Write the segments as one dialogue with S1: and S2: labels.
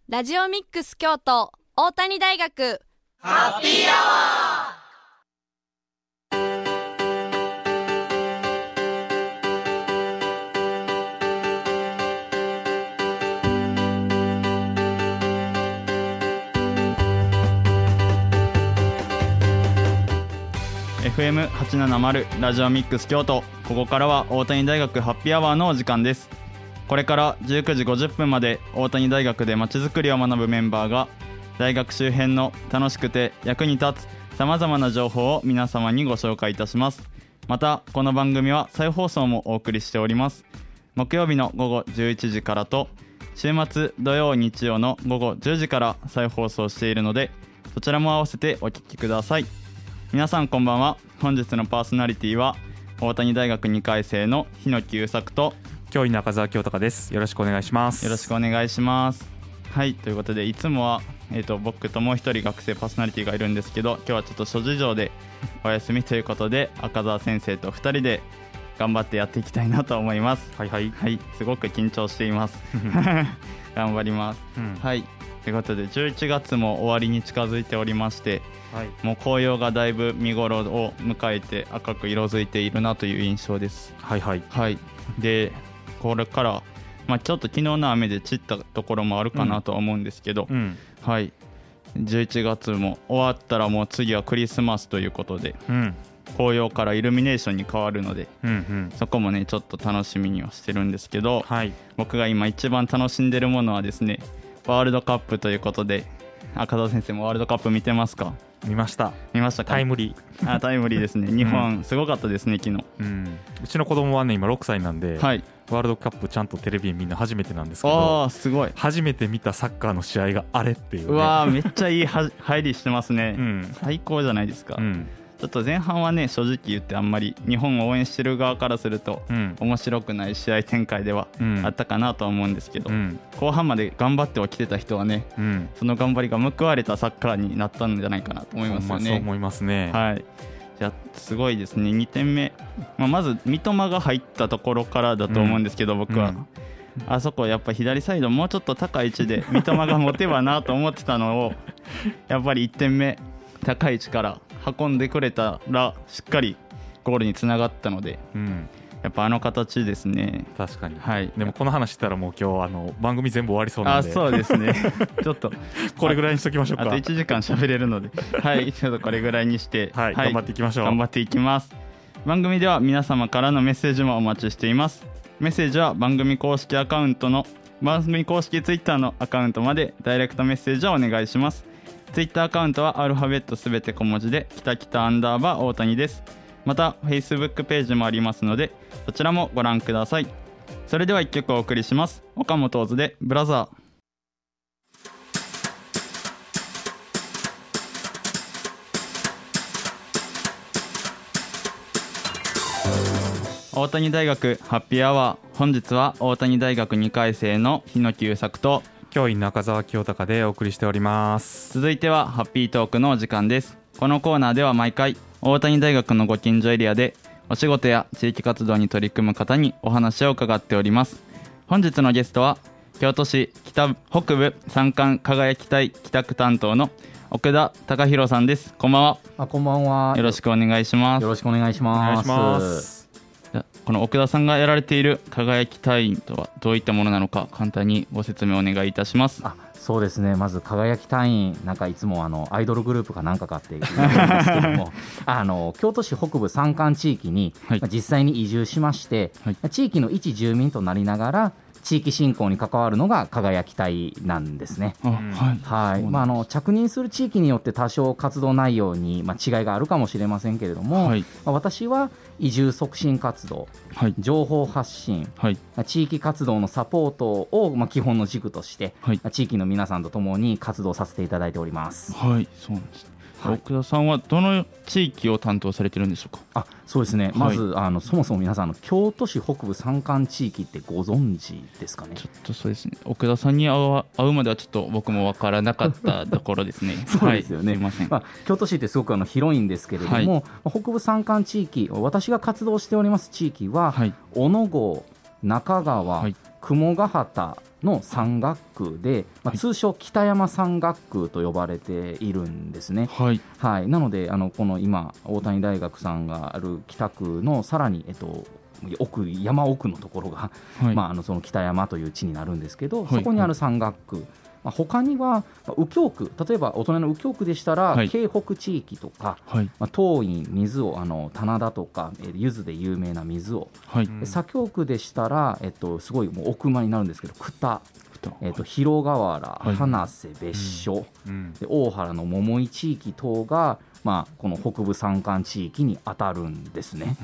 S1: ラジオミックス京都大谷大学
S2: ハッピーアワー。
S3: FM870 ラジオミックス京都。ここからは大谷大学ハッピーアワーのお時間です。これから19時50分まで大谷大学でまちづくりを学ぶメンバーが大学周辺の楽しくて役に立つさまざまな情報を皆様にご紹介いたします。またこの番組は再放送もお送りしております。木曜日の午後11時からと週末土曜日曜の午後10時から再放送しているので、そちらも合わせてお聞きください。皆さんこんばんは。本日のパーソナリティは大谷大学2回生の日野久作と
S4: 教員の中澤清隆です。よろしくお願いします。
S3: よろしくお願いします。はい、ということでいつもは、僕ともう一人学生パーソナリティがいるんですけど、今日はちょっと諸事情でお休みということで赤澤先生と2人で頑張ってやっていきたいなと思います。
S4: はいはい、
S3: はい、すごく緊張しています頑張ります、はい。ということで11月も終わりに近づいておりまして、はい、もう紅葉がだいぶ見頃を迎えて赤く色づいているなという印象です。
S4: はいはい、
S3: はい。でこれから、ちょっと昨日の雨で散ったところもあるかなとは思うんですけど、はい、11月も終わったらもう次はクリスマスということで、紅葉からイルミネーションに変わるので、そこもねちょっと楽しみにはしてるんですけど、はい、僕が今一番楽しんでるものはですねワールドカップということで、赤澤先生もワールドカップ見てますか？
S4: 見ましたか？タイムリ
S3: ータイムリーですね日本、すごかったですね昨日。
S4: うちの子供はね今6歳なんで、
S3: はい、
S4: ワールドカップちゃんとテレビ見るの初めてなんですけど、
S3: すごい
S4: 初めて見たサッカーの試合があれっていう、ね、
S3: うわーめっちゃいい入りしてますね、最高じゃないですか、ちょっと前半はね正直言ってあんまり日本を応援してる側からすると、面白くない試合展開ではあったかなとは思うんですけど、後半まで頑張って起きてた人はね、その頑張りが報われたサッカーになったんじゃないかなと思いますよね。
S4: そう思いますね。
S3: はい。じゃあすごいですね。2点目、まず三笘が入ったところからだと思うんですけど、僕は、あそこやっぱ左サイドもうちょっと高い位置で三笘が持てばなと思ってたのをやっぱり1点目高い位置から運んでくれたらしっかりゴールにつながったので、やっぱあの形ですね。
S4: 確かに、
S3: はい、
S4: でもこの話したらもう今日番組全部終わりそうなんで、
S3: そうですねちょっと
S4: これぐらいにしときましょうか。
S3: あと1時間喋れるのではいちょっとこれぐらいにして、
S4: はい、頑張っていきましょう。
S3: 頑張っていきます。番組では皆様からのメッセージもお待ちしています。メッセージは番組公式ツイッターのアカウントまでダイレクトメッセージをお願いします。ツイッターアカウントはアルファベットすべて小文字で北北_大谷です。また Facebook ページもありますのでそちらもご覧ください。それでは1曲お送りします。岡本大津でブラザー。大谷大学ハッピーアワー。本日は大谷大学2回生の日野久作と
S4: 教員の赤澤清隆でお送りしております。
S3: 続いてはハッピートークのお時間です。このコーナーでは毎回大谷大学のご近所エリアでお仕事や地域活動に取り組む方にお話を伺っております。本日のゲストは京都市北部山間輝き隊北区担当の奥田貴弘さんです。こんばんは。
S5: こんばんは。
S3: よろしくお願いします。
S5: よろしくお願いします。
S3: この奥田さんがやられている輝き隊員とはどういったものなのか簡単にご説明お願いいたします。
S5: そうですね、まず輝き隊員なんかいつもアイドルグループかなんかかって言うんですけども京都市北部山間地域に、実際に移住しまして、地域の一住民となりながら地域振興に関わるのが輝き隊なんですね。着任する地域によって多少活動内容に、違いがあるかもしれませんけれども、私は移住促進活動、情報発信、地域活動のサポートを、基本の軸として、地域の皆さんと共に活動させていただいております。
S3: そうなんですね。奥田さんはどの地域を担当されてるんでしょうか？
S5: そうですね、まずそもそも皆さん京都市北部山間地域ってご存知ですかね？
S3: ちょっとそうですね、奥田さんに会うまではちょっと僕も分からなかったところですね
S5: そうですよね、
S3: すいません。
S5: 京都市ってすごく広いんですけれども、北部山間地域、私が活動しております地域は、小野郷、中川、雲ヶ畑の山岳区で、通称北山山岳区と呼ばれているんですね。
S3: はい
S5: はい、なのでこの今大谷大学さんがある北区のさらに、山奥のところが、その北山という地になるんですけど、そこにある山岳区、他には右京区、例えば大人の右京区でしたら、京北地域とか、東院、水尾、棚田とか柚子で有名な水尾、左京区でしたら、すごいもう奥間になるんですけど久田、広河原、花瀬、別所、で大原の桃井地域等が、この北部山間地域に当たるんですね。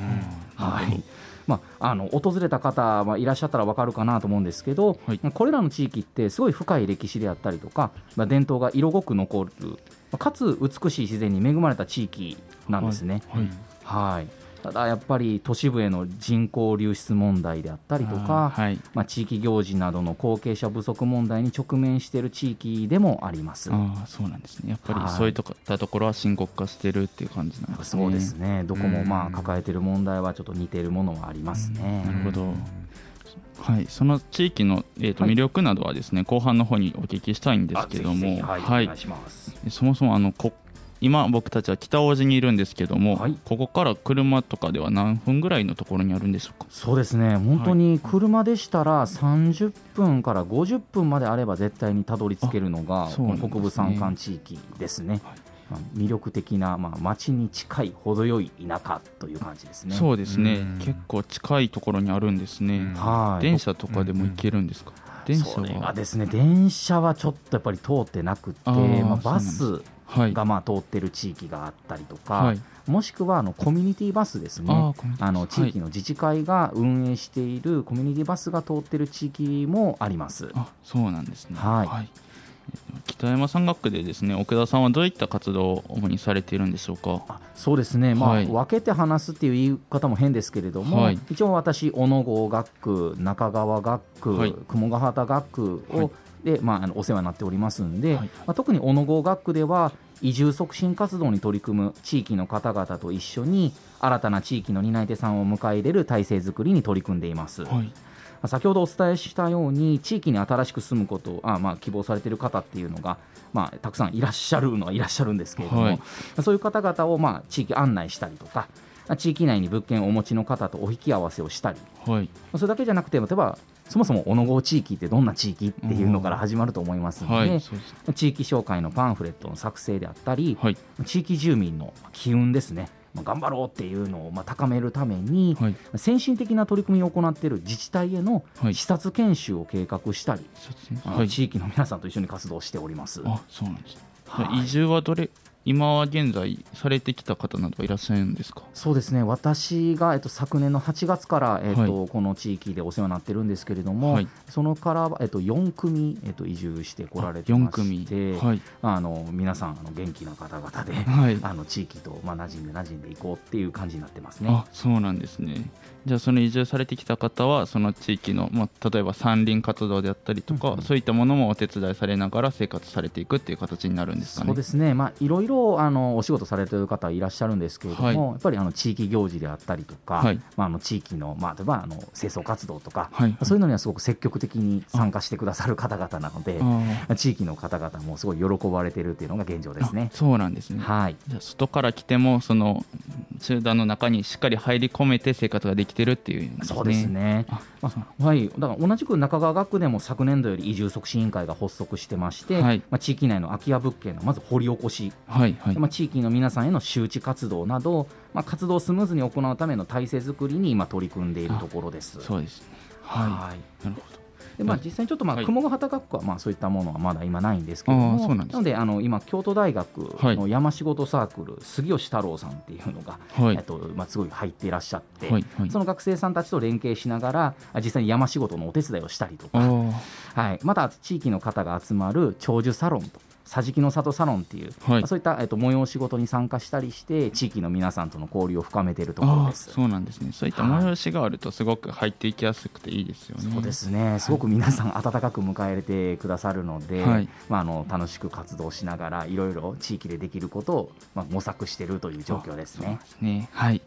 S5: 訪れた方いらっしゃったら分かるかなと思うんですけど、これらの地域ってすごい深い歴史であったりとか、伝統が色濃く残る、かつ美しい自然に恵まれた地域なんですね。ただやっぱり都市部への人口流出問題であったりとか、地域行事などの後継者不足問題に直面している地域でもあります。
S3: そうなんですね。やっぱりそういったところは深刻化しているっていう感じなんですね。
S5: そうですね。どこも抱えている問題はちょっと似ているものはありますね。
S3: なるほど。その地域の、魅力などはですね、後半の方にお聞きしたいんですけども、そもそも今僕たちは北大路にいるんですけども、ここから車とかでは何分ぐらいのところにあるんでしょうか。
S5: そうですね、本当に車でしたら30分から50分まであれば絶対にたどり着けるのが、この北部山間地域ですね。魅力的な、町に近い程よい田舎という感じですね。
S3: そうですね、結構近いところにあるんですね。電車とかでも行けるんですか。
S5: それがですね、電車はちょっとやっぱり通ってなくて、バスが通ってる地域があったりとか、もしくはコミュニティバスですね。地域の自治会が運営しているコミュニティバスが通ってる地域もあります。
S3: そうなんですね。北山山岳区でですね、奥田さんはどういった活動を主にされているんでしょうか。
S5: そうですね、分けて話すっていう言い方も変ですけれども、一応私小野郷学区、中川学区、雲ヶ畑学区を、でお世話になっておりますんで、特に小野郷学区では移住促進活動に取り組む地域の方々と一緒に新たな地域の担い手さんを迎え入れる体制づくりに取り組んでいます。先ほどお伝えしたように地域に新しく住むことを希望されている方っていうのが、たくさんいらっしゃるのはいらっしゃるんですけれども、そういう方々を地域案内したりとか、地域内に物件をお持ちの方とお引き合わせをしたり、それだけじゃなくて、例えばそもそも小野郷地域ってどんな地域っていうのから始まると思いますので、地域紹介のパンフレットの作成であったり、地域住民の機運ですね、頑張ろうっていうのを高めるために、先進的な取り組みを行っている自治体への視察研修を計画したり、地域の皆さんと一緒に活動しております。
S3: そうなんです。移住は今現在されてきた方などはいらっしゃるんですか。
S5: そうですね、私が、昨年の8月から、この地域でお世話になってるんですけれども、そのから、4組、移住してこられてまして、皆さん元気な方々で、地域と馴染んでいこうっていう感じになってますね。
S3: そうなんですね。じゃあその移住されてきた方はその地域の、例えば山林活動であったりとか、そういったものもお手伝いされながら生活されていくっていう形になるんですかね。
S5: そうですね、いろいろお仕事されている方いらっしゃるんですけれども、やっぱり地域行事であったりとか、地域の、例えば清掃活動とか、そういうのにはすごく積極的に参加してくださる方々なので、地域の方々もすごい喜ばれているっていうのが現状ですね。
S3: そうなんですね。じゃあ外から来てもその集団の中にしっかり入り込めて生活ができてるっていうんですね。
S5: そうですね。だから同じく中川学区でも昨年度より移住促進委員会が発足してまして、地域内の空き家物件のまず掘り起こし、地域の皆さんへの周知活動など、活動をスムーズに行うための体制づくりに今取り組んでいるところです。
S3: そうですね。なるほど。
S5: で実際にちょっと雲ヶ畑学区はそういったものはまだ今ないんですけども、なので今京都大学の山仕事サークル、杉吉太郎さんっていうのが、すごい入っていらっしゃって、その学生さんたちと連携しながら実際に山仕事のお手伝いをしたりとか、また地域の方が集まる長寿サロンと桟敷の里サロンっていう、そういった催し事に参加したりして地域の皆さんとの交流を深めているところです。
S3: そうなんですね。そういった催しがあるとすごく入っていきやすくていいですよね。
S5: そうですね、すごく皆さん温かく迎え入れてくださるので、楽しく活動しながらいろいろ地域でできることを模索しているという状況ですね。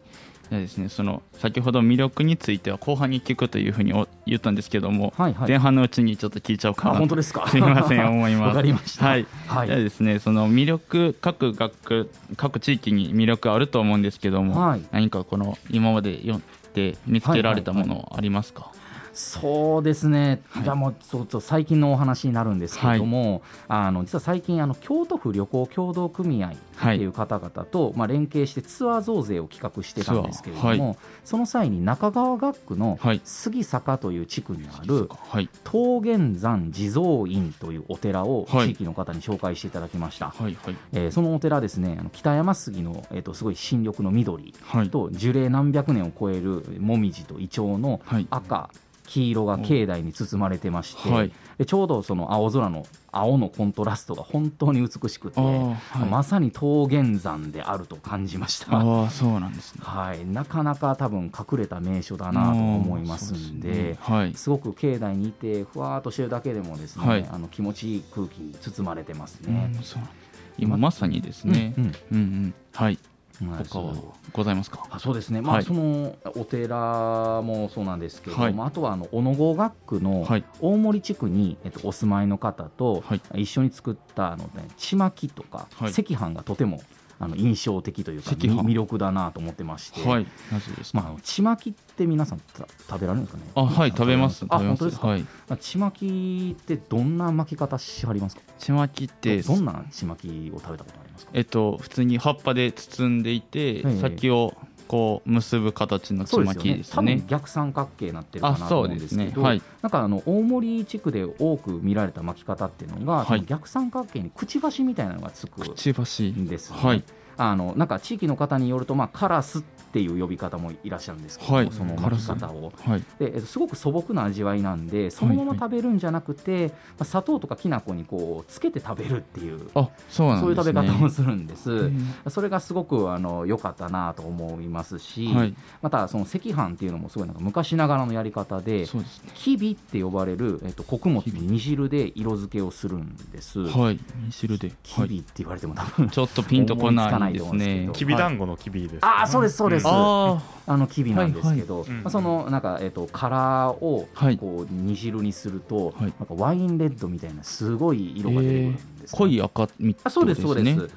S3: でですね、その先ほど魅力については後半に聞くというふうに言ったんですけども、
S5: はいはい、
S3: 前半のうちにちょっと聞いちゃおうかなと。
S5: 本当ですか。
S3: すいません思います。
S5: わかりました。
S3: はい、
S5: はい、
S3: でですね、その魅力、各地域に魅力あると思うんですけども、
S5: はい、
S3: 何かこの今まで読んで見つけられたものありますか？
S5: そうですね、じゃあもうちょっと最近のお話になるんですけれども、実は最近京都府旅行協同組合っていう方々と、連携してツアー増税を企画してたんですけれども、その際に中川学区の杉坂という地区にある桃源山地蔵院というお寺を地域の方に紹介していただきました。そのお寺ですね、北山杉の、すごい新緑の緑と樹齢何百年を超えるもみじとイチョウの赤、黄色が境内に包まれてまして、でちょうどその青空の青のコントラストが本当に美しくて、まさに桃源山であると感じました。
S3: そうなんですね。
S5: なかなか多分隠れた名所だなと思いますんで、すごく境内にいてふわーっとしてるだけでもですね、気持ちいい空気に包まれてますね。
S3: 今まさにですね。他はございますか？
S5: そうですね、そのお寺もそうなんですけども、あとは小野郷学区の大森地区に、お住まいの方と一緒に作ったちまきとか赤飯がとても印象的というか魅力だなと思ってまして、ちまきって皆さん食べられるんですかね？
S3: 食べます。
S5: 本当ですか？ちまきってどんな巻き方しはりますか？
S3: ちまきって
S5: どんなちまきを食べたことありますか？
S3: 普通に葉っぱで包んでいて、先をこう結ぶ形のちまきですね。
S5: 多分逆三角形になってるかなと思うんですけど、なんか大森地区で多く見られた巻き方っていうのが、逆三角形にくちばしみたいなのがつくんですね。なんか地域の方によると、カラスっていう呼び方もいらっしゃるんですけど、その巻き方を、ですごく素朴な味わいなんで、そのまま食べるんじゃなくて、砂糖とかきな粉にこうつけて食べるっていう、そういう食べ方をするんです。それがすごく良かったなと思いますし、またその赤飯っていうのもすごいなんか昔ながらのやり方で、きびって呼ばれる、穀物の煮汁で色付けをするんです。
S3: 煮汁で
S5: きびって言われても多分
S3: ちょっとピンとこないですね。
S4: きびだんごのきびです。
S5: そうですそうです。きびなんですけど、そのなんか殻をこう煮汁にすると、なんかワインレッドみたいなすごい色が出てくるんです。
S3: 濃い赤みたいな。
S5: そうですそうです。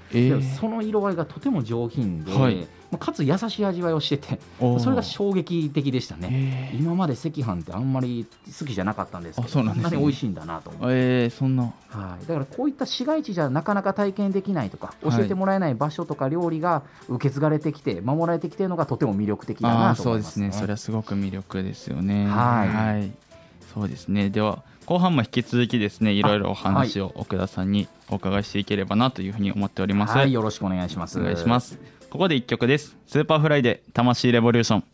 S5: その色合いがとても上品で、かつ優しい味わいをしてて、それが衝撃的でしたね。今まで赤飯ってあんまり好きじゃなかったんですけど、そんなに美味しいんだなと思って。
S3: そんな。
S5: だからこういった市街地じゃなかなか体験できないとか、教えてもらえない場所とか料理が受け継がれてきて守られてきているのがとても魅力的だなと思いますね。
S3: そうですね。それはすごく魅力ですよね。そうですね。では後半も引き続きですね、いろいろお話を奥田さんにお伺いしていければなというふうに思っております。
S5: よろしくお願いします。
S3: お願いします。ここで1曲です。スーパーフライで魂レボリューション。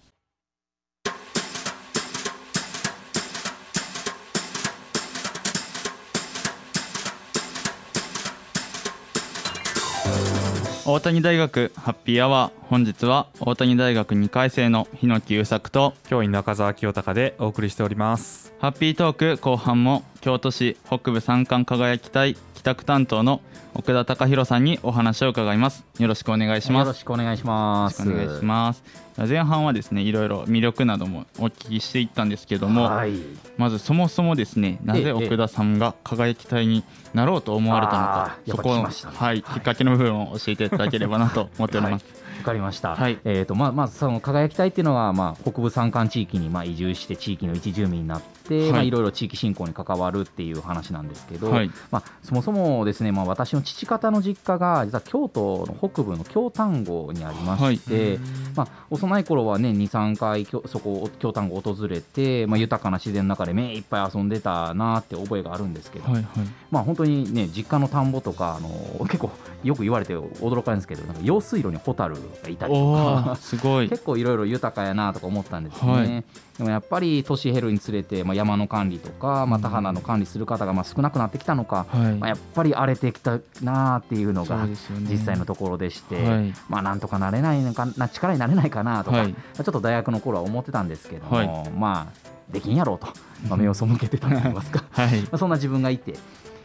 S3: 大谷大学ハッピーアワー、本日は大谷大学2回生の日野木優作と
S4: 教員中澤清隆でお送りしております。
S3: ハッピートーク後半も京都市北部三冠輝き隊帰宅担当の奥田貴弘さんにお話を伺います。よろしくお願いします。
S5: よろしくお願いします。
S3: お願いします。前半はですね、いろいろ魅力などもお聞きしていったんですけども、まずそもそもですね、なぜ奥田さんが輝き隊になろうと思われたのか、そこの、きっかけの部分を教えていただければなと思っております。
S5: わかりました。まずその輝き隊っていうのは、北部山間地域に移住して地域の一住民になって、いろいろ地域振興に関わるっていう話なんですけど、そもそもですね、私の父方の実家が実は京都の北部の京丹後にありまして、幼い頃は年 2,3 回そこ京丹後を訪れて、豊かな自然の中で目いっぱい遊んでたなって覚えがあるんですけど、本当にね、実家の田んぼとか結構よく言われて驚かれるんですけど、なんか用水路にホタルがいたりとか
S3: すごい
S5: 結構いろいろ豊かやなとか思ったんですね。でもやっぱり年減るにつれて、山の管理とか、田花の管理する方が少なくなってきたのか、やっぱり荒れてきたなっていうのが実際のところでして、なんとかなれないのかな、力になれないかなとか、ちょっと大学の頃は思ってたんですけども、できんやろうと、目を背けてたといいますかそんな自分がいて、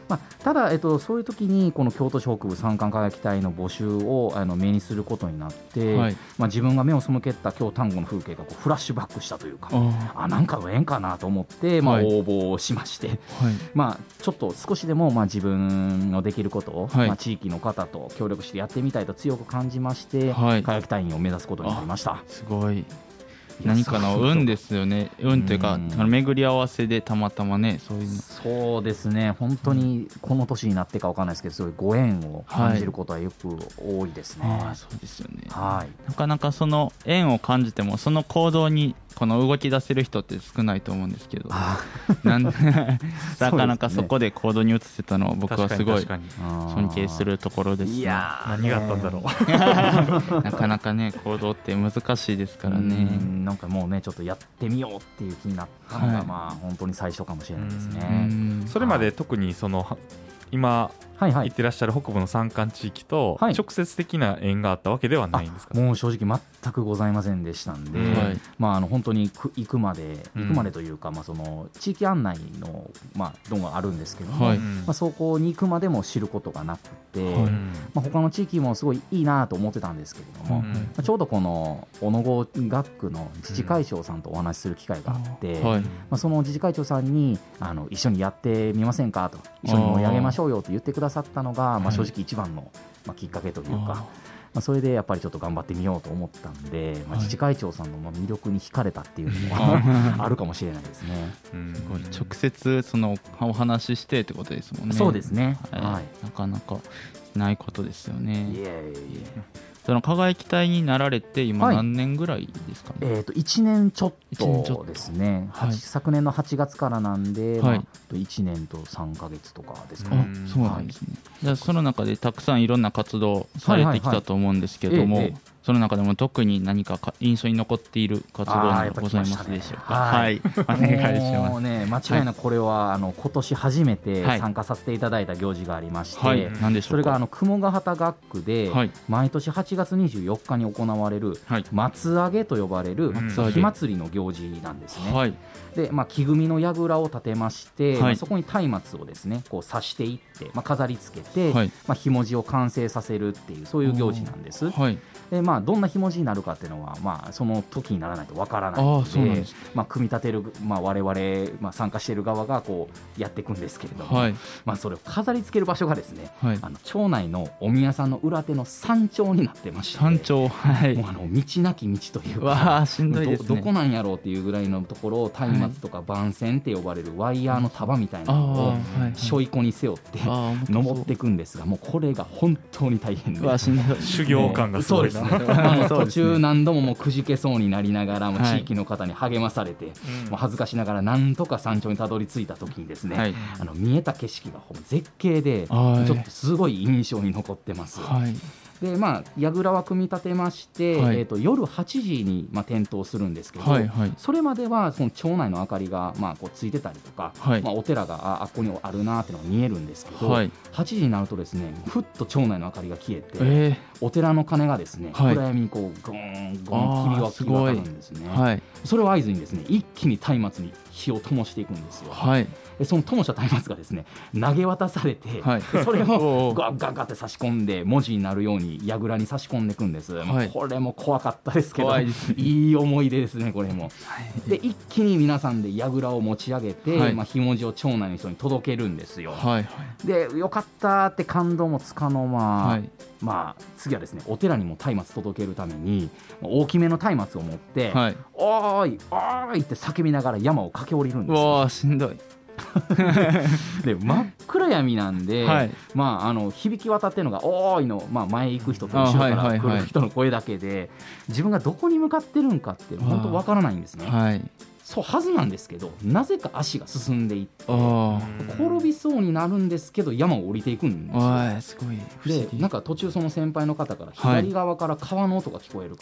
S5: ただ、そういう時にこの京都市北部山間輝き隊の募集を目にすることになって、
S3: はい
S5: 自分が目を背けた京丹後の風景がこうフラッシュバックしたというか、なんかの縁かなと思って、
S3: はい
S5: 応募しまして、
S3: はい
S5: ちょっと少しでも自分のできることを、
S3: はい
S5: 地域の方と協力してやってみたいと強く感じまして、
S3: はい
S5: 輝き隊員を目指すことになりました。
S3: すごい何かの運ですよね。運というか巡り合わせでたまたまね、そういうの。
S5: そうですね、本当にこの年になってか分からないですけど、そういうご縁を感じることはよく多いですね。
S3: そうですよね。
S5: はい
S3: なかなかその縁を感じてもその行動にこの動き出せる人って少ないと思うんですけどなかなかそこで行動に移せたのを僕はすごい尊敬するところですね。
S5: いや
S4: 何があったんだろう
S3: なかなかね行動って難しいですからね。
S5: なんかもうねちょっとやってみようっていう気になったのが、本当に最初かもしれないですね。
S4: それまで特にその今行ってらっしゃる北部の山間地域と直接的な縁があったわけではないんですか？
S5: もう正直全くございませんでしたんで、本当に行くまでというか、その地域案内のどんがあるんですけども、そこに行くまでも知ることがなくて、他の地域もすごいいいなと思ってたんですけれども、ちょうどこの小野郷学区の自治会長さんとお話しする機会があって、その自治会長さんに一緒にやってみませんかと、一緒に盛り上げましょうよと言ってくださったのが、正直一番のきっかけというか、それでやっぱりちょっと頑張ってみようと思ったんで、自治会長さんの魅力に惹かれたっていうのはあるかもしれないですね。
S3: 直接そのお話ししてってことですもんね。
S5: そうですね、
S3: なかなかないことですよね。その輝き隊になられて今何年ぐらいですかね？
S5: 1年ちょっとですね。昨年の8月からなんで、1年と3ヶ月とかですかね。
S3: そうなんですね。じゃあその中でたくさんいろんな活動されてきたと思うんですけども、その中でも特に何か印象に残っている活動などございますでしょうか？はい、お願いします。
S5: もうね、間違いなくこれは今年初めて参加させていただいた行事がありまして、それが雲ヶ畑学区で毎年8月24日に行われる松上げと呼ばれる火祭りの行事なんですね。で、木組みの櫓を立てまして、そこに松明をですねこう刺していって、飾り付けて、ひもじを完成させるっていうそういう行事なんです。でどんなひもじになるかっていうのは、その時にならないとわからないので、組み立てる、我々、参加している側がこうやっていくんですけれども、それを飾り付ける場所がですね、町内のお宮さんの裏手の山頂になってまして、もう道なき道というか、
S3: しんどいですね。
S5: どこなんやろうっていうぐらいのところを松明とか番線って呼ばれるワイヤーの束みたいなのをしょいこに背負って登っていくんですが、もうこれが本当に大変で、
S4: 修行感がすごいな。
S5: 途中何度ももうくじけそうになりながらも地域の方に励まされて、もう恥ずかしながらなんとか山頂にたどり着いた時にですね、見えた景色が絶景でちょっとすごい印象に残ってます。で櫓は組み立てまして、夜8時に点灯するんですけど、それまではその町内の明かりがこうついてたりとか、お寺がここにあるなっていうのが見えるんですけど、8時になるとですねふっと町内の明かりが消えて、お寺の鐘がですね暗闇にこうゴンゴン響き渡るんですね。それを合図にですね一気に松明に火を灯していくんですよ。でその灯した松明がですね投げ渡されて、それをガッガッガッって差し込んで文字になるように櫓に差し込んでいくんです。これも怖かったですけど、いい思い出ですねこれも。で一気に皆さんで櫓を持ち上げて、ひもじを町内の人に届けるんですよ。でよかったって感動もつかの次はですねお寺にも松明届けるために大きめの松明を持って、おーいおーいって叫びながら山を駆け下りるんですよ。
S3: しんどい
S5: で真っ暗闇なんで、響き渡ってるのがおーいの、前行く人と後ろから来る人の声だけで、自分がどこに向かってるんかって本当わからないんですね。そうはずなんですけど、なぜか足が進んでいって転びそうになるんですけど山を降りていくんですよ。でなんか途中その先輩の方から左側から川の音が聞こえるから、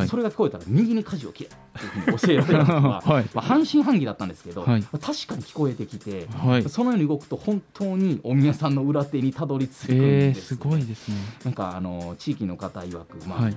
S5: それが聞こえたら右に舵を切れっていうふうに教えられたのが半信半疑だったんですけど、確かに聞こえてきて、そのように動くと本当にお宮さんの裏手にたどり着くんです。
S3: すごいですね。
S5: なんか地域の方曰く、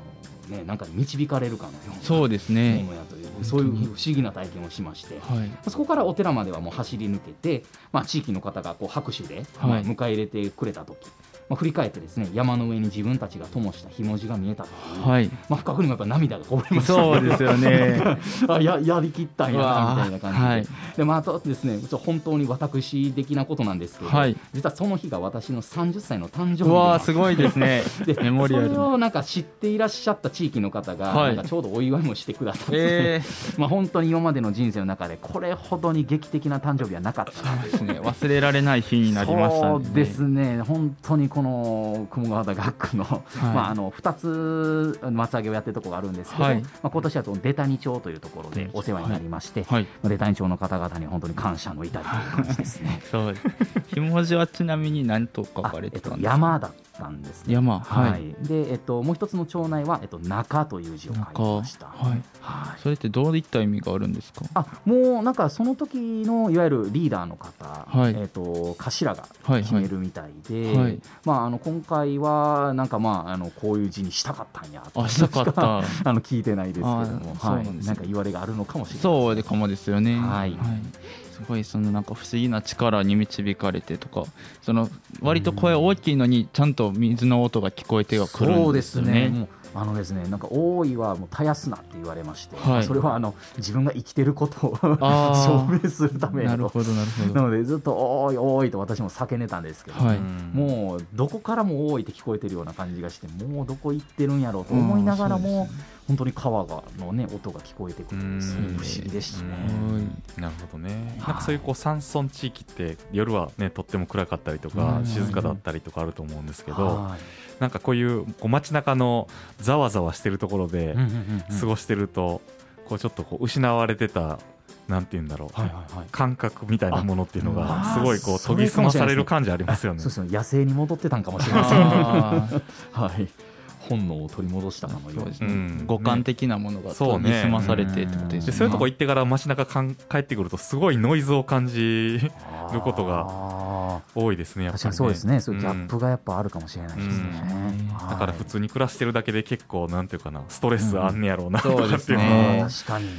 S5: ね、なんかに導かれるかのような
S3: そうですね
S5: ものやという、そういう不思議な体験をしまして、そこからお寺まではもう走り抜けて、地域の方がこう拍手で迎え入れてくれた時、振り返ってですね、山の上に自分たちが灯したひもじが見えたという、深くにもやっぱ涙がこぼれました。
S3: そうですよね
S5: やりきったんやなみたいな感じで、あとですね、本当に私的なことなんですけど、実はその日が私の30歳の誕生日で、
S3: わすごいですね
S5: でメモリアル、それをなんか知っていらっしゃった地域の方が、なんかちょうどお祝いもしてくださって、本当に今までの人生の中でこれほどに劇的な誕生日はなかったなですね。
S3: 忘れられない日になりましたね。
S5: そうですね、本当にこの雲ヶ畑学区の、2つ松上げをやってるところがあるんですけど、今年は出谷町というところでお世話になりまして、出谷町の方々に本当に感謝の至りという感じですね。
S3: そうです。ひもじはちなみに何と書かれてたんですか？
S5: 山だったんですね。
S3: 山、
S5: で、もう一つの町内は、中という字を書いてました。
S3: それってどういった意味があるんですか？
S5: もうなんかその時のいわゆるリーダーの方、頭が決めるみたいで、今回はなんかこういう字にしたかったんやと
S3: したかった
S5: 聞いてないですけども、なんか言われがあるのかもしれない。
S3: そうかもですよね。すごいなんか不思議な力に導かれてとか、割と声大きいのにちゃんと水の音が聞こえてはくるんですよね。
S5: ですね、なんか大いはもう絶やすなって言われまして、それは自分が生きてることを証明するため
S3: なるほど
S5: なのでずっとおーいおーいと私も叫んでたんですけど、もうどこからもおーいって聞こえてるような感じがして、もうどこ行ってるんやろうと思いながらも、本当に川のね音が聞こえてくるんです。不思議でしたね。
S4: なるほどね。なんかそういう山村地域って夜はねとっても暗かったりとか静かだったりとかあると思うんですけど、なんかこういう街中のざわざわしてるところで過ごしてると、こうちょっと失われてたなんていうんだろう、感覚みたいなものっていうのがすごいこう研ぎ澄まされる感じありますよね。
S5: そうですね、野生に戻ってたんかもしれません。本能を取り戻したかのようですね。
S3: 五感的なものが研ぎ澄まされてってことですね。
S4: そういうとこ行ってから街中帰ってくるとすごいノイズを感じることが多いですね。やっぱりね。確かに
S5: そうですね。そういうギャップがやっぱあるかもしれないですね。
S4: だから普通に暮らしてるだけで結構なんていうかな、ストレスあんねやろうなとかっていうのは
S5: 確かに。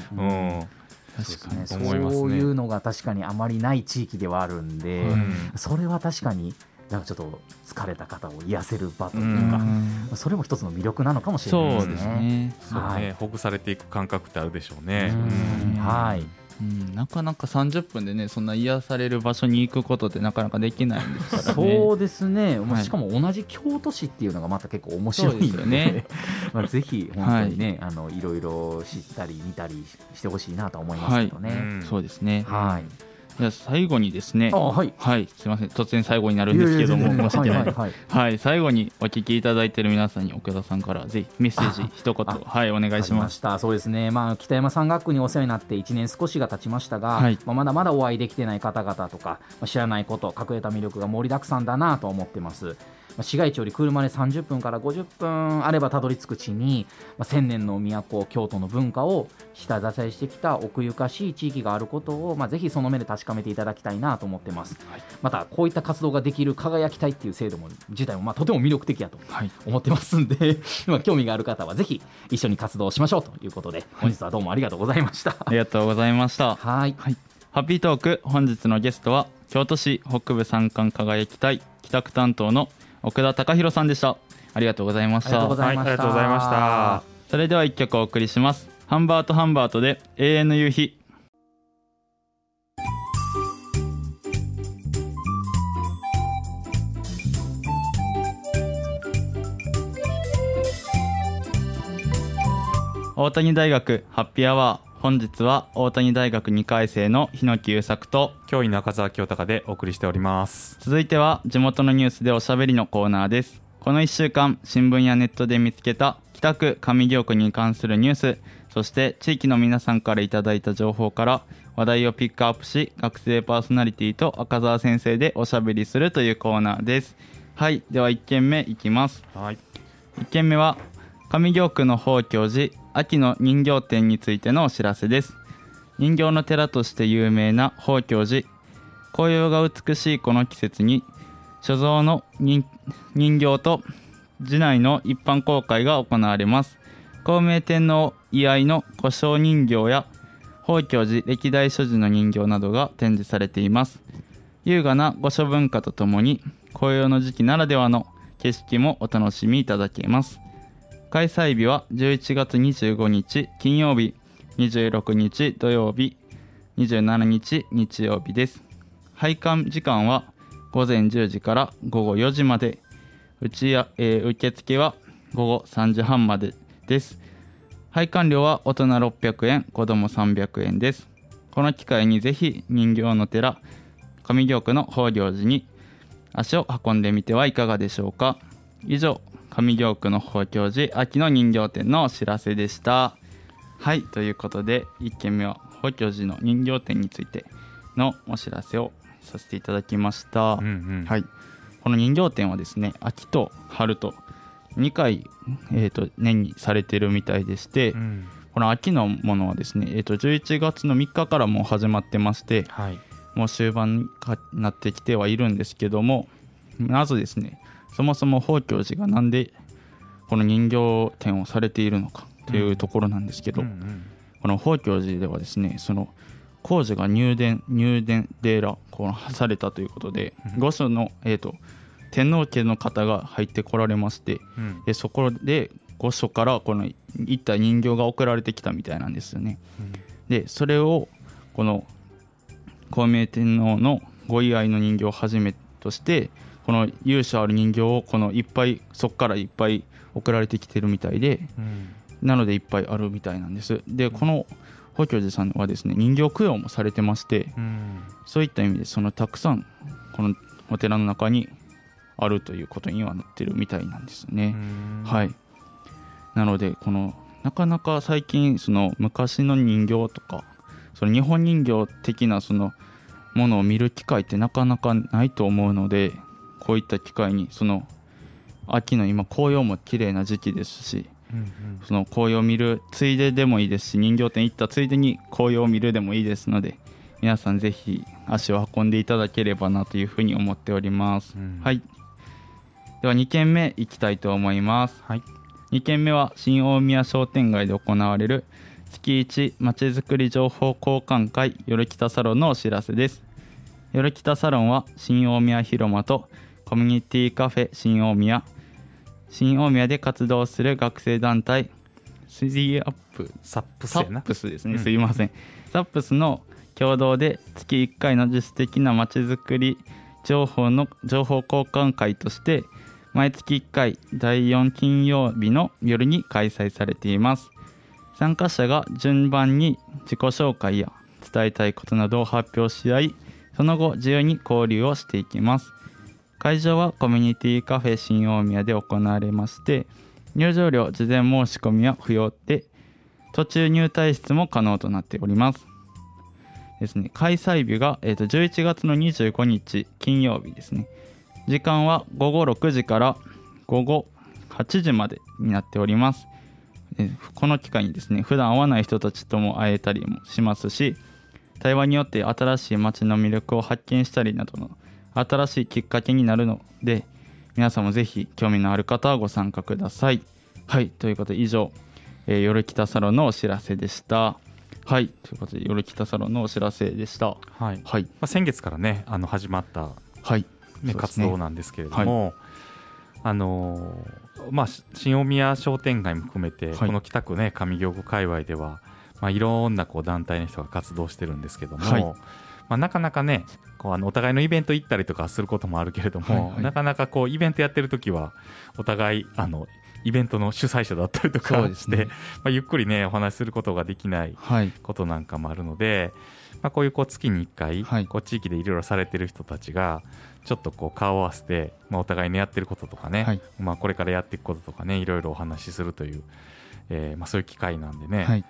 S5: そういうのが確かにあまりない地域ではあるんで、それは確かになんかちょっと疲れた方を癒せる場というか、それも一つの魅力なのかもしれないですね。
S4: そうね、ほぐされていく感覚ってあるでしょうね。
S3: なかなか30分でね、そんな癒される場所に行くことってなかなかできないんですからね。
S5: そうですね、しかも同じ京都市っていうのがまた結構面白いので、ぜひ本当にね、いろいろ知ったり見たりしてほしいなと思いますけどね。
S3: そうですね。じゃあ最後にですね、すみません、突然最後になるんですけども、申し訳ない。最後にお聞きいただいている皆さんに奥田さんからぜひメッセージ一言お願いします。
S5: そうですね、北山山岳区にお世話になって1年少しが経ちましたが、まだまだお会いできてない方々とか知らないこと、隠れた魅力が盛りだくさんだなと思ってます。市街地より車で30分から50分あればたどり着く地に、千年の都京都の文化を下支えしてきた奥ゆかしい地域があることを、ぜひその目で確かめていただきたいなと思ってます。またこういった活動ができる輝き隊っていう制度自体もとても魅力的だと思ってますんで、興味がある方はぜひ一緒に活動しましょうということで、本日はどうもありがとうございました。
S3: ありがとうございました。ハッピートーク、本日のゲストは京都市北部山間輝き隊企画担当の奥田貴弘さんでした。ありがとうございました。
S4: ありがとうございました。
S3: それでは一曲お送りします。ハンバートハンバートで永遠の夕日。大谷大学ハッピーアワー、本日は大谷大学2回生の日野木優作と
S4: 教員中澤清隆でお送りしております。
S3: 続いては地元のニュースでおしゃべりのコーナーです。この1週間新聞やネットで見つけた北区上京区に関するニュース、そして地域の皆さんからいただいた情報から話題をピックアップし、学生パーソナリティと赤澤先生でおしゃべりするというコーナーです。では1件目いきます。1件目は上京区の宝鏡寺秋の人形展についてのお知らせです。人形の寺として有名な宝鏡寺、紅葉が美しいこの季節に所蔵の人形と寺内の一般公開が行われます。 孝明天皇遺愛の古生人形や宝鏡寺歴代所持の人形などが展示されています。優雅な御所文化とともに紅葉の時期ならではの景色もお楽しみいただけます。開催日は11月25日金曜日、26日土曜日、27日日曜日です。拝観時間は午前10時から午後4時まで、受付は午後3時半までです。拝観料は大人600円、子供300円です。この機会にぜひ人形の寺、上京区の宝行寺に足を運んでみてはいかがでしょうか。以上、上京区の宝行寺秋の人形展のお知らせでした。はい、ということで1件目は宝行寺の人形展についてのお知らせをさせていただきました。はい、この人形展はですね、秋と春と2回、年にされてるみたいでして、この秋のものはですね、11月の3日からもう始まってまして、もう終盤になってきてはいるんですけども、まずですね、そもそも宝鏡寺がなんでこの人形展をされているのかというところなんですけど、この宝鏡寺ではですね、その皇子が入殿でされたということで、御所の、天皇家の方が入ってこられまして、そこで御所からこの一体人形が送られてきたみたいなんですよね。でそれをこの孝明天皇のご遺愛の人形をはじめとして、この由緒ある人形をそこからいっぱい送られてきてるみたいで、なのでいっぱいあるみたいなんです。でこの宝鏡寺さんはですね、人形供養もされてまして、そういった意味でそのたくさんこのお寺の中にあるということにはなってるみたいなんですね。はい。なのでなかなか最近その昔の人形とかその日本人形的なそのものを見る機会ってなかなかないと思うので、こういった機会にその秋の今紅葉も綺麗な時期ですし、その紅葉を見るついででもいいですし、人形店行ったついでに紅葉を見るでもいいですので、皆さんぜひ足を運んでいただければなというふうに思っております。はい。では2軒目いきたいと思います。2軒目は新大宮商店街で行われる月1まちづくり情報交換会夜北サロンのお知らせです。夜北サロンは新大宮広間とコミュニティカフェ新大宮で活動する学生団体サップスですね、すいません、サップスの共同で月1回の自主的なまちづくり情報交換会として毎月1回第4金曜日の夜に開催されています。参加者が順番に自己紹介や伝えたいことなどを発表し合い、その後自由に交流をしていきます。会場はコミュニティカフェ新大宮で行われまして、入場料事前申し込みは不要で途中入退室も可能となっておりますですね。開催日が、11月の25日金曜日ですね。時間は午後6時から午後8時までになっております。この機会にですね、普段会わない人たちとも会えたりもしますし、対話によって新しい街の魅力を発見したりなどの新しいきっかけになるので、皆さんもぜひ興味のある方はご参加ください。はい、ということで以上、夜北サロンのお知らせでした。はい、ということで夜北サロンのお知らせでした。
S4: 先月からね始まった、活動なんですけれども、新大宮商店街も含めて、この北区ね上京区界隈では、いろんな団体の人が活動してるんですけども、なかなかねお互いのイベント行ったりとかすることもあるけれども、なかなかイベントやってる時はお互いイベントの主催者だったりとかして、ゆっくりねお話しすることができないことなんかもあるので、こういう月に1回、地域でいろいろされてる人たちがちょっと顔を合わせて、お互いのやってることとかね、これからやっていくこととかね、いろいろお話しするという、そういう機会なんでね、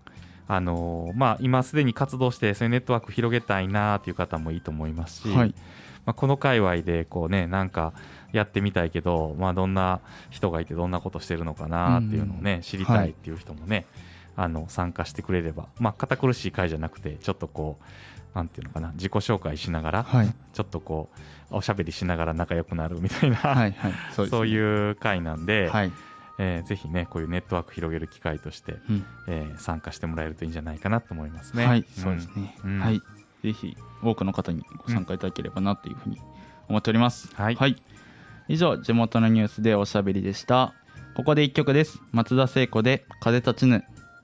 S4: 今すでに活動してそういうネットワーク広げたいなという方もいいと思いますし、この界隈でなんかやってみたいけど、どんな人がいてどんなことしてるのかなっていうのをね、知りたいっていう人もね、参加してくれれば、堅苦しい会じゃなくて、ちょっとなんていうのかな、自己紹介しながら、ちょっとおしゃべりしながら仲良くなるみたいな、そういう会なんで、 ぜひねこういうネットワーク広げる機会として、参加してもらえるといいんじゃないかなと思いますね。
S3: はい、そうですね、はい、ぜひ多くの方にご参加いただければなというふうに思っております。はい、以上地元のニュースでおしゃべりでした。ここで1曲です。松田聖子で風立ちぬ。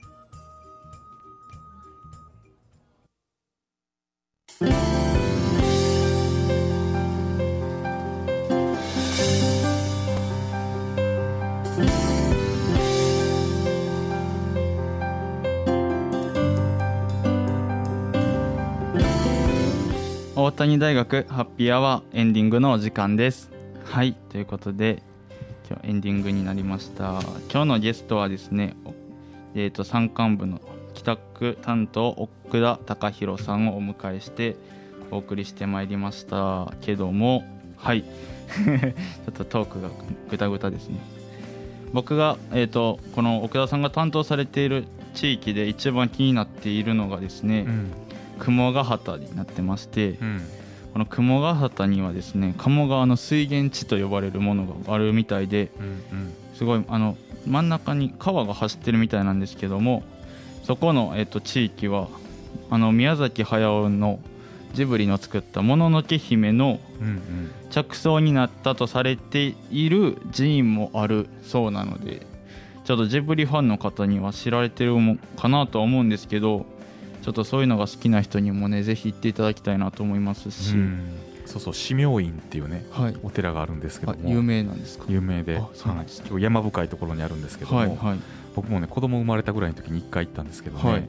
S3: 大谷大学ハッピーアワーエンディングのお時間です。はい、ということで今日エンディングになりました。今日のゲストはですね、山間部の企画担当奥田貴弘さんをお迎えしてお送りしてまいりましたけども、はいちょっとトークがぐたぐたですね。僕が、この奥田さんが担当されている地域で一番気になっているのがですね、雲ヶ畑になってまして、この雲ヶ畑にはですね鴨川の水源地と呼ばれるものがあるみたいで、すごい真ん中に川が走ってるみたいなんですけども、そこの、地域は宮崎駿のジブリの作ったもののけ姫の着想になったとされている寺院もあるそうなので、ちょっとジブリファンの方には知られてるかなとは思うんですけど、ちょっとそういうのが好きな人にもねぜひ行っていただきたいなと思いますし、
S4: そうそう紫明院っていうね、お寺があるんですけども、
S3: 有名なんですか？
S4: 有名で、結構山深いところにあるんですけども、僕もね子供生まれたぐらいの時に1回行ったんですけどね、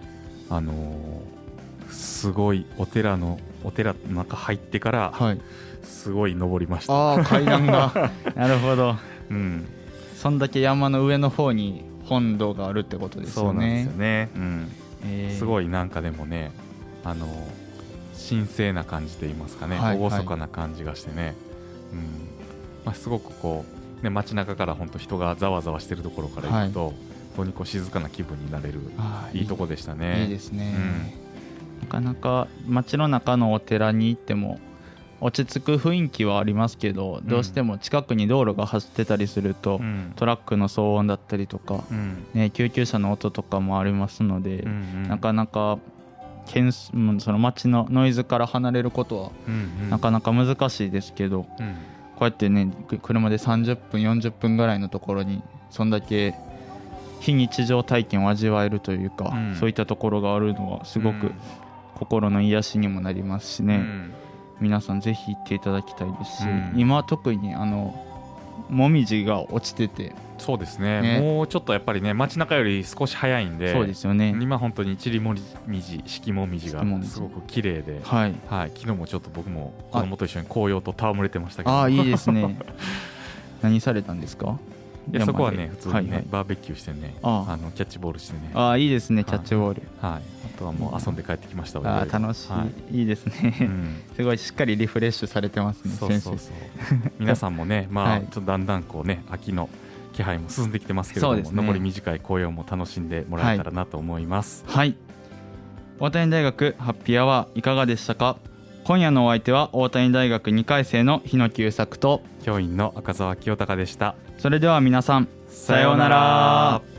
S4: すごいお寺の中入ってからすごい登りました。
S3: 階段がなるほど、そんだけ山の上の方に本堂があるってことですよね。
S4: そうなんですよね、すごいなんかでもね神聖な感じといいますかね、厳かな感じがしてね、すごくこう、ね、街中から本当人がざわざわしてるところから行くと、本当にこう静かな気分になれるいいとこでしたね。
S3: いいですね、なかなか街の中のお寺に行っても落ち着く雰囲気はありますけど、どうしても近くに道路が走ってたりすると、トラックの騒音だったりとか、救急車の音とかもありますので、なかなかその街のノイズから離れることはなかなか難しいですけど、こうやってね車で30分40分ぐらいのところにそんだけ非日常体験を味わえるというか、そういったところがあるのはすごく心の癒しにもなりますしね、皆さんぜひ行っていただきたいですし、今特にもみじが落ちてて、
S4: そうですね、もうちょっとやっぱりね街中より少し早いんで、
S3: そうですよね、
S4: 今本当にちりもみじ敷もみじがすごく綺麗で、昨日もちょっと僕も子供と一緒に紅葉と戯れてましたけど、
S3: いいですね何されたんですか？
S4: そこはね普通にね、バーベキューしてね、キャッチボールしてね、
S3: いいですね、キャッチボール、
S4: あとはもう遊んで帰ってきました。
S3: 楽しい、いいですね、すごいしっかりリフレッシュされてますね。先生
S4: 皆さんもね、ちょっとだんだんこうね秋の気配も進んできてますけれども、残り短い紅葉も楽しんでもらえたらなと思います。
S3: 大谷大学ハッピーアワーいかがでしたか？今夜のお相手は大谷大学2回生の日野久作と
S4: 教員の赤澤清隆でした。
S3: それでは皆さん、さようなら。